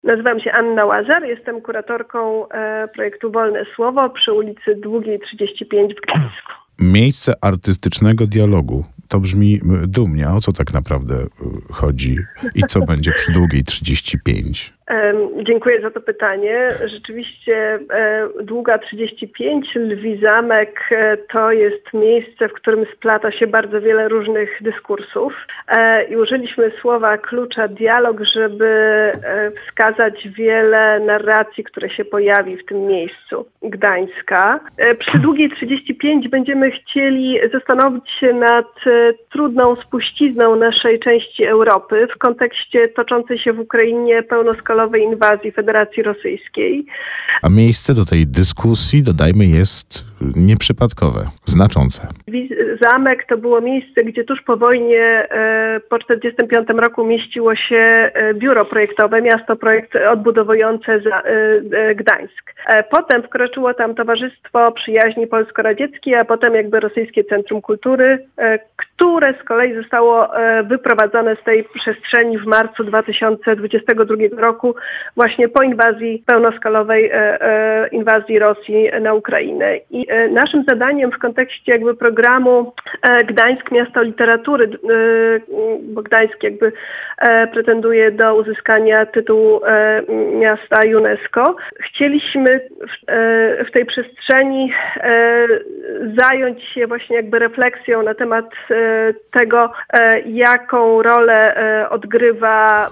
Nazywam się Anna Łazar, jestem kuratorką projektu Wolne Słowo przy ulicy Długiej 35 w Gdańsku. Miejsce artystycznego dialogu. To brzmi dumnie. O co tak naprawdę chodzi i co będzie przy Długiej 35? Dziękuję za to pytanie. Rzeczywiście Długa 35, Lwi Zamek to jest miejsce, w którym splata się bardzo wiele różnych dyskursów i użyliśmy słowa klucza dialog, żeby wskazać wiele narracji, które się pojawi w tym miejscu Gdańska. Przy Długiej 35 będziemy chcieli zastanowić się nad trudną spuścizną naszej części Europy w kontekście toczącej się w Ukrainie pełnoskalowej inwazji Federacji Rosyjskiej. A miejsce do tej dyskusji, dodajmy, jest nieprzypadkowe, znaczące. Zamek to było miejsce, gdzie tuż po wojnie, po 1945 roku mieściło się biuro projektowe, miasto projekt odbudowujące Gdańsk. Potem wkroczyło tam Towarzystwo Przyjaźni Polsko-Radzieckiej, a potem jakby Rosyjskie Centrum Kultury, które z kolei zostało wyprowadzone z tej przestrzeni w marcu 2022 roku, właśnie po inwazji pełnoskalowej inwazji Rosji na Ukrainę. I naszym zadaniem w kontekście jakby programu Gdańsk Miasto Literatury, bo Gdańsk jakby pretenduje do uzyskania tytułu miasta UNESCO, chcieliśmy w tej przestrzeni zająć się właśnie jakby refleksją na temat tego, jaką rolę odgrywa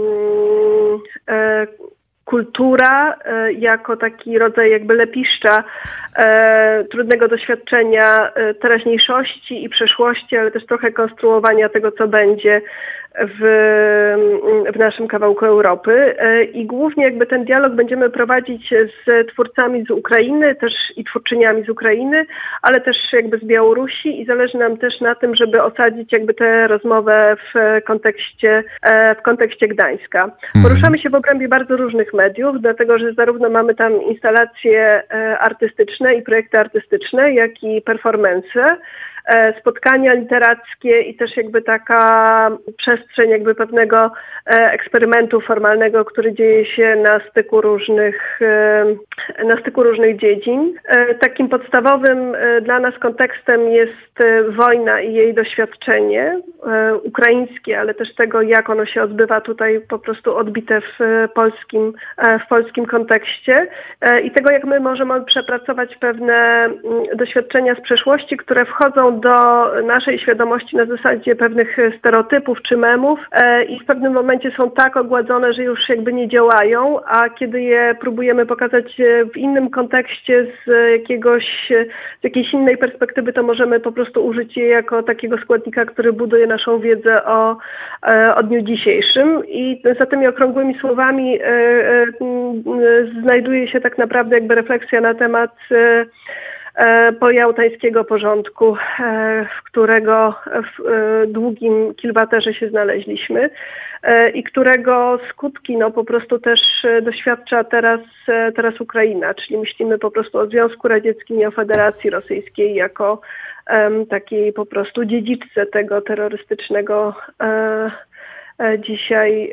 kultura jako taki rodzaj jakby lepiszcza trudnego doświadczenia teraźniejszości i przeszłości, ale też trochę konstruowania tego, co będzie w naszym kawałku Europy. I głównie jakby ten dialog będziemy prowadzić z twórcami z Ukrainy, też i twórczyniami z Ukrainy, ale też jakby z Białorusi i zależy nam też na tym, żeby osadzić jakby tę rozmowę w kontekście Gdańska. Poruszamy się w obrębie bardzo różnych mediów, dlatego że zarówno mamy tam instalacje artystyczne i projekty artystyczne, jak i performance, spotkania literackie i też jakby taka przestrzeń jakby pewnego eksperymentu formalnego, który dzieje się na styku różnych dziedzin. Takim podstawowym dla nas kontekstem jest wojna i jej doświadczenie ukraińskie, ale też tego, jak ono się odbywa tutaj po prostu odbite w polskim kontekście i tego, jak my możemy przepracować pewne doświadczenia z przeszłości, które wchodzą do naszej świadomości na zasadzie pewnych stereotypów czy memów i w pewnym momencie są tak ogładzone, że już jakby nie działają, a kiedy je próbujemy pokazać w innym kontekście z jakiejś innej perspektywy, to możemy po prostu użyć je jako takiego składnika, który buduje naszą wiedzę o dniu dzisiejszym i za tymi okrągłymi słowami znajduje się tak naprawdę jakby refleksja na temat pojałtańskiego porządku, w którego w długim kilwaterze się znaleźliśmy i którego skutki po prostu też doświadcza teraz Ukraina, czyli myślimy po prostu o Związku Radzieckim i o Federacji Rosyjskiej jako takiej po prostu dziedziczce tego terrorystycznego dzisiaj,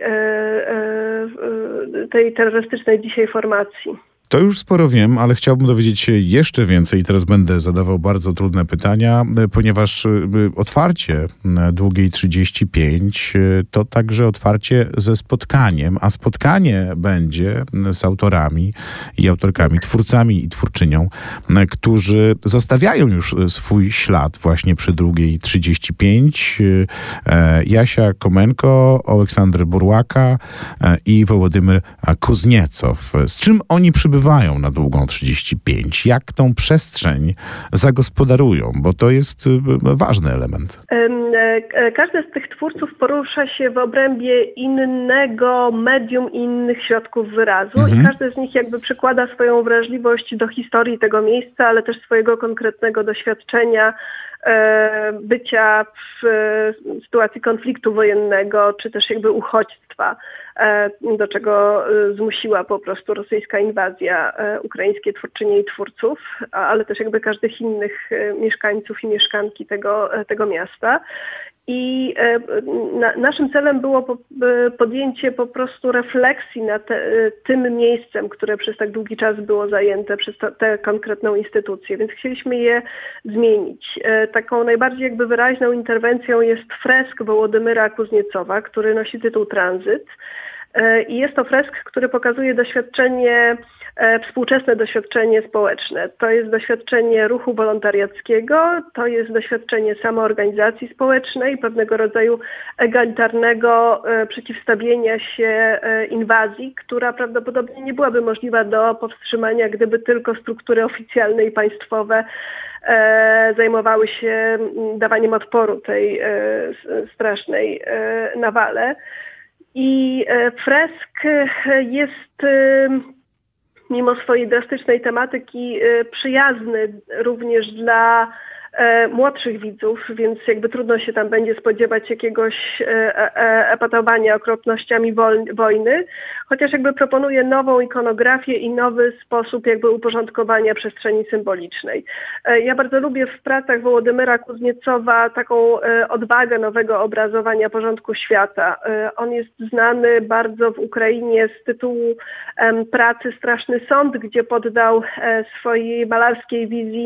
tej terrorystycznej dzisiaj formacji. To już sporo wiem, ale chciałbym dowiedzieć się jeszcze więcej i teraz będę zadawał bardzo trudne pytania, ponieważ otwarcie Długiej 35 to także otwarcie ze spotkaniem, a spotkanie będzie z autorami i autorkami, twórcami i twórczynią, którzy zostawiają już swój ślad właśnie przy Długiej 35. Jasia Komenko, Oleksandr Burłaka i Wołodymyr Kuzniecow. Z czym oni przybywają na Długą 35? Jak tą przestrzeń zagospodarują? Bo to jest ważny element. Każdy z tych twórców porusza się w obrębie innego medium, innych środków wyrazu i każdy z nich jakby przykłada swoją wrażliwość do historii tego miejsca, ale też swojego konkretnego doświadczenia bycia w sytuacji konfliktu wojennego, czy też jakby uchodźstwa, do czego zmusiła po prostu rosyjska inwazja ukraińskie twórczynie i twórców, ale też jakby każdych innych mieszkańców i mieszkanki tego miasta. I naszym celem było podjęcie po prostu refleksji nad tym miejscem, które przez tak długi czas było zajęte przez tę konkretną instytucję, więc chcieliśmy je zmienić. Taką najbardziej jakby wyraźną interwencją jest fresk Wołodymyra Kuzniecowa, który nosi tytuł Tranzyt. I jest to fresk, który pokazuje współczesne doświadczenie społeczne. To jest doświadczenie ruchu wolontariackiego, to jest doświadczenie samoorganizacji społecznej, pewnego rodzaju egalitarnego przeciwstawienia się inwazji, która prawdopodobnie nie byłaby możliwa do powstrzymania, gdyby tylko struktury oficjalne i państwowe zajmowały się dawaniem odporu tej strasznej nawale. I fresk jest mimo swojej drastycznej tematyki przyjazny również dla młodszych widzów, więc jakby trudno się tam będzie spodziewać jakiegoś epatowania okropnościami wojny, chociaż jakby proponuje nową ikonografię i nowy sposób jakby uporządkowania przestrzeni symbolicznej. Ja bardzo lubię w pracach Wołodymyra Kuzniecowa taką odwagę nowego obrazowania porządku świata. On jest znany bardzo w Ukrainie z tytułu pracy Straszny Sąd, gdzie poddał swojej malarskiej wizji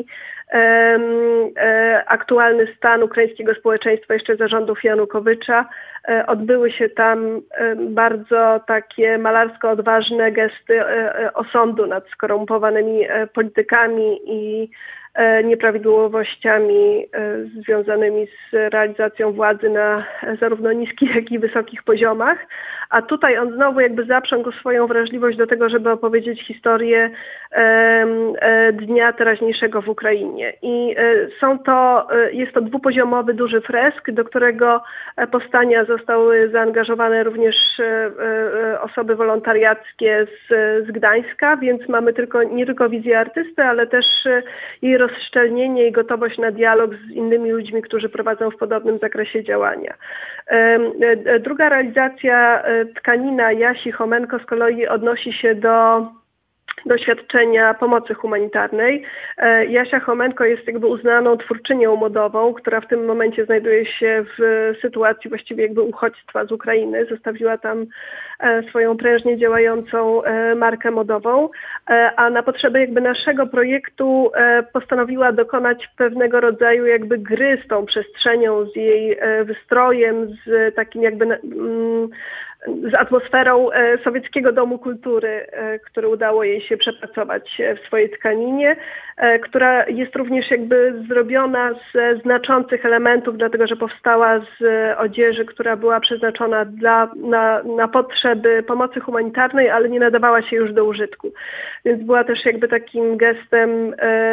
aktualny stan ukraińskiego społeczeństwa jeszcze za rządów Janukowycza. Odbyły się tam bardzo takie malarsko odważne gesty osądu nad skorumpowanymi politykami i nieprawidłowościami związanymi z realizacją władzy na zarówno niskich, jak i wysokich poziomach. A tutaj on znowu jakby zaprzągł swoją wrażliwość do tego, żeby opowiedzieć historię dnia teraźniejszego w Ukrainie. I jest to dwupoziomowy duży fresk, do którego powstania zostały zaangażowane również osoby wolontariackie z Gdańska, więc mamy nie tylko wizję artysty, ale też jej rozszczelnienie i gotowość na dialog z innymi ludźmi, którzy prowadzą w podobnym zakresie działania. Druga realizacja, tkanina Jasi Homenko, z kolei odnosi się do doświadczenia pomocy humanitarnej. Jasia Homenko jest jakby uznaną twórczynią modową, która w tym momencie znajduje się w sytuacji właściwie jakby uchodźstwa z Ukrainy. Zostawiła tam swoją prężnie działającą markę modową, a na potrzeby jakby naszego projektu postanowiła dokonać pewnego rodzaju jakby gry z tą przestrzenią, z jej wystrojem, z takim jakby z atmosferą Sowieckiego Domu Kultury, który udało jej się przepracować w swojej tkaninie, która jest również jakby zrobiona ze znaczących elementów, dlatego że powstała z odzieży, która była przeznaczona na potrzeby pomocy humanitarnej, ale nie nadawała się już do użytku. Więc była też jakby takim gestem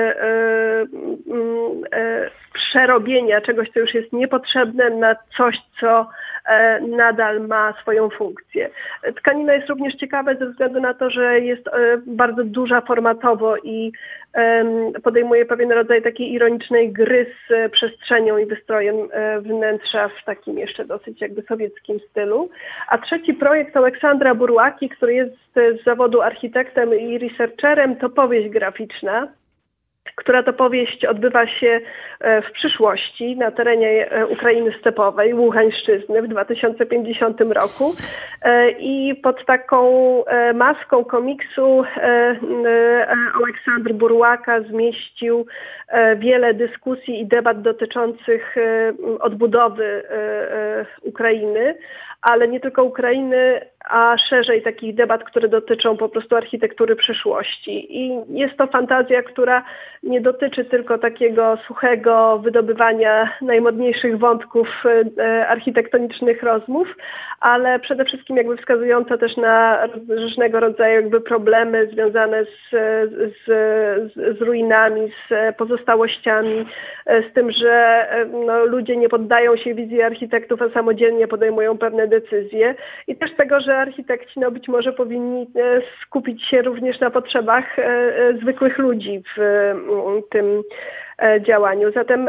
przerobienia czegoś, co już jest niepotrzebne, na coś, co nadal ma swoją funkcję. Tkanina jest również ciekawa ze względu na to, że jest bardzo duża formatowo i podejmuje pewien rodzaj takiej ironicznej gry z przestrzenią i wystrojem wnętrza w takim jeszcze dosyć jakby sowieckim stylu. A trzeci projekt Aleksandra Burłaki, który jest z zawodu architektem i researcherem, to powieść graficzna, która to powieść odbywa się w przyszłości na terenie Ukrainy stepowej, Ługańszczyzny w 2050 roku i pod taką maską komiksu Aleksandr Burłaka zmieścił wiele dyskusji i debat dotyczących odbudowy Ukrainy, ale nie tylko Ukrainy, a szerzej takich debat, które dotyczą po prostu architektury przyszłości. I jest to fantazja, która nie dotyczy tylko takiego suchego wydobywania najmodniejszych wątków architektonicznych rozmów, ale przede wszystkim jakby wskazująca też na różnego rodzaju jakby problemy związane z ruinami, z pozostałościami, z tym, że ludzie nie poddają się wizji architektów, a samodzielnie podejmują pewne decyzje. I też tego, że architekci być może powinni skupić się również na potrzebach zwykłych ludzi w tym działaniu. Zatem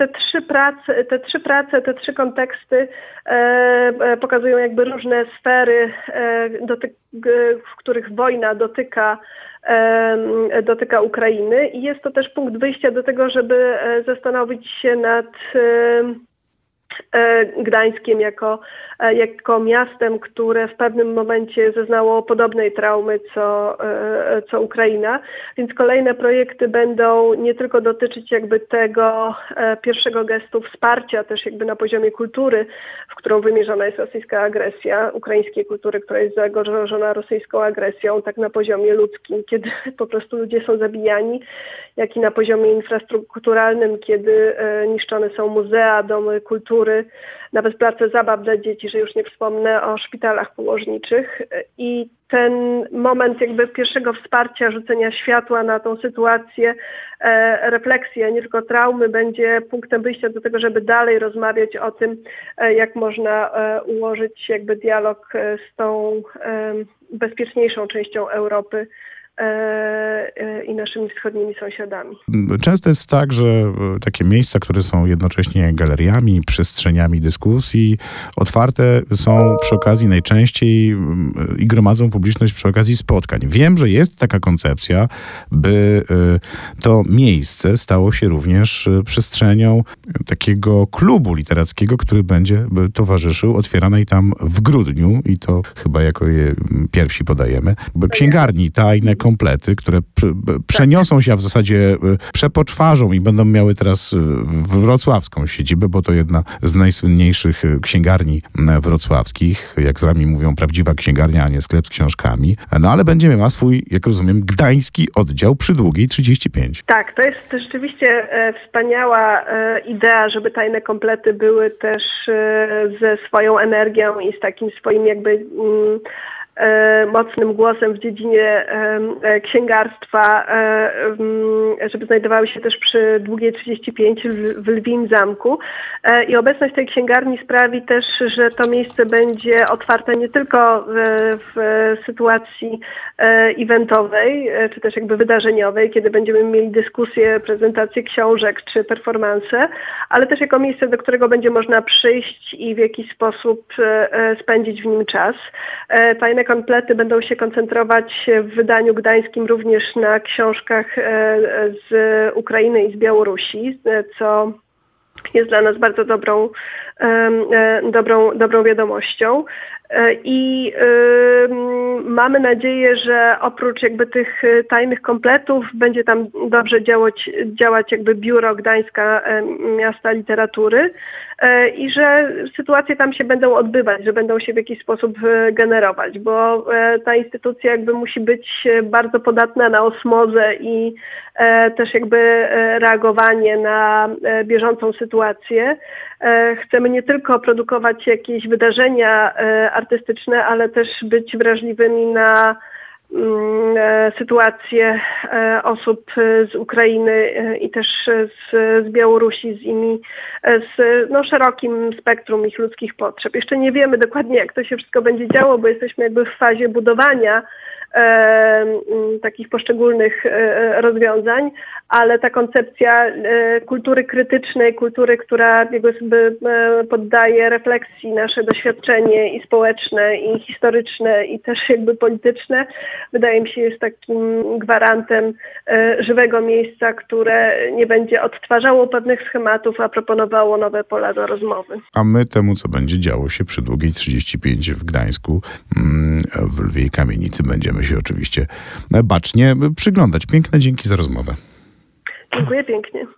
te trzy konteksty pokazują jakby różne sfery, w których wojna dotyka Ukrainy i jest to też punkt wyjścia do tego, żeby zastanowić się nad Gdańskiem jako miastem, które w pewnym momencie zeznało podobnej traumy co Ukraina. Więc kolejne projekty będą nie tylko dotyczyć jakby tego pierwszego gestu wsparcia też jakby na poziomie kultury, w którą wymierzona jest rosyjska agresja, ukraińskiej kultury, która jest zagrożona rosyjską agresją, tak na poziomie ludzkim, kiedy po prostu ludzie są zabijani, jak i na poziomie infrastrukturalnym, kiedy niszczone są muzea, domy kultury, nawet place zabaw dla dzieci, że już nie wspomnę o szpitalach położniczych. I ten moment jakby pierwszego wsparcia, rzucenia światła na tą sytuację, refleksja, nie tylko traumy, będzie punktem wyjścia do tego, żeby dalej rozmawiać o tym, jak można ułożyć jakby dialog z tą bezpieczniejszą częścią Europy i naszymi wschodnimi sąsiadami. Często jest tak, że takie miejsca, które są jednocześnie galeriami, przestrzeniami dyskusji, otwarte są przy okazji najczęściej i gromadzą publiczność przy okazji spotkań. Wiem, że jest taka koncepcja, by to miejsce stało się również przestrzenią takiego klubu literackiego, który będzie towarzyszył otwieranej tam w grudniu i to chyba jako je pierwsi podajemy, księgarni tajne, komplety, które przeniosą się, a w zasadzie przepoczwarzą i będą miały teraz wrocławską siedzibę, bo to jedna z najsłynniejszych księgarni wrocławskich. Jak z nami mówią, prawdziwa księgarnia, a nie sklep z książkami. No ale będzie miała swój, jak rozumiem, gdański oddział przy Długiej 35. Tak, to jest rzeczywiście wspaniała idea, żeby tajne komplety były też ze swoją energią i z takim swoim jakby mocnym głosem w dziedzinie księgarstwa, żeby znajdowały się też przy Długiej 35 w Lwim Zamku. I obecność tej księgarni sprawi też, że to miejsce będzie otwarte nie tylko w sytuacji eventowej, czy też jakby wydarzeniowej, kiedy będziemy mieli dyskusje, prezentacje książek czy performanse, ale też jako miejsce, do którego będzie można przyjść i w jakiś sposób spędzić w nim czas. Tajne komplety będą się koncentrować w wydaniu gdańskim również na książkach z Ukrainy i z Białorusi, co jest dla nas bardzo dobrą wiadomość. I mamy nadzieję, że oprócz jakby tych tajnych kompletów będzie tam dobrze działać jakby biuro Gdańska Miasta Literatury i że sytuacje tam się będą odbywać, że będą się w jakiś sposób generować, bo ta instytucja jakby musi być bardzo podatna na osmozę i też jakby reagowanie na bieżącą sytuację. Chcemy nie tylko produkować jakieś wydarzenia artystyczne, ale też być wrażliwymi na sytuację osób z Ukrainy i też z Białorusi, z szerokim spektrum ich ludzkich potrzeb. Jeszcze nie wiemy dokładnie, jak to się wszystko będzie działo, bo jesteśmy jakby w fazie budowania takich poszczególnych rozwiązań, ale ta koncepcja kultury krytycznej, kultury, która jakby poddaje refleksji nasze doświadczenie i społeczne, i historyczne, i też jakby polityczne, wydaje mi się, jest takim gwarantem żywego miejsca, które nie będzie odtwarzało pewnych schematów, a proponowało nowe pola do rozmowy. A my temu, co będzie działo się przy Długiej 35 w Gdańsku, w Lwiej Kamienicy, będziemy się oczywiście bacznie przyglądać. Piękne dzięki za rozmowę. Dziękuję pięknie.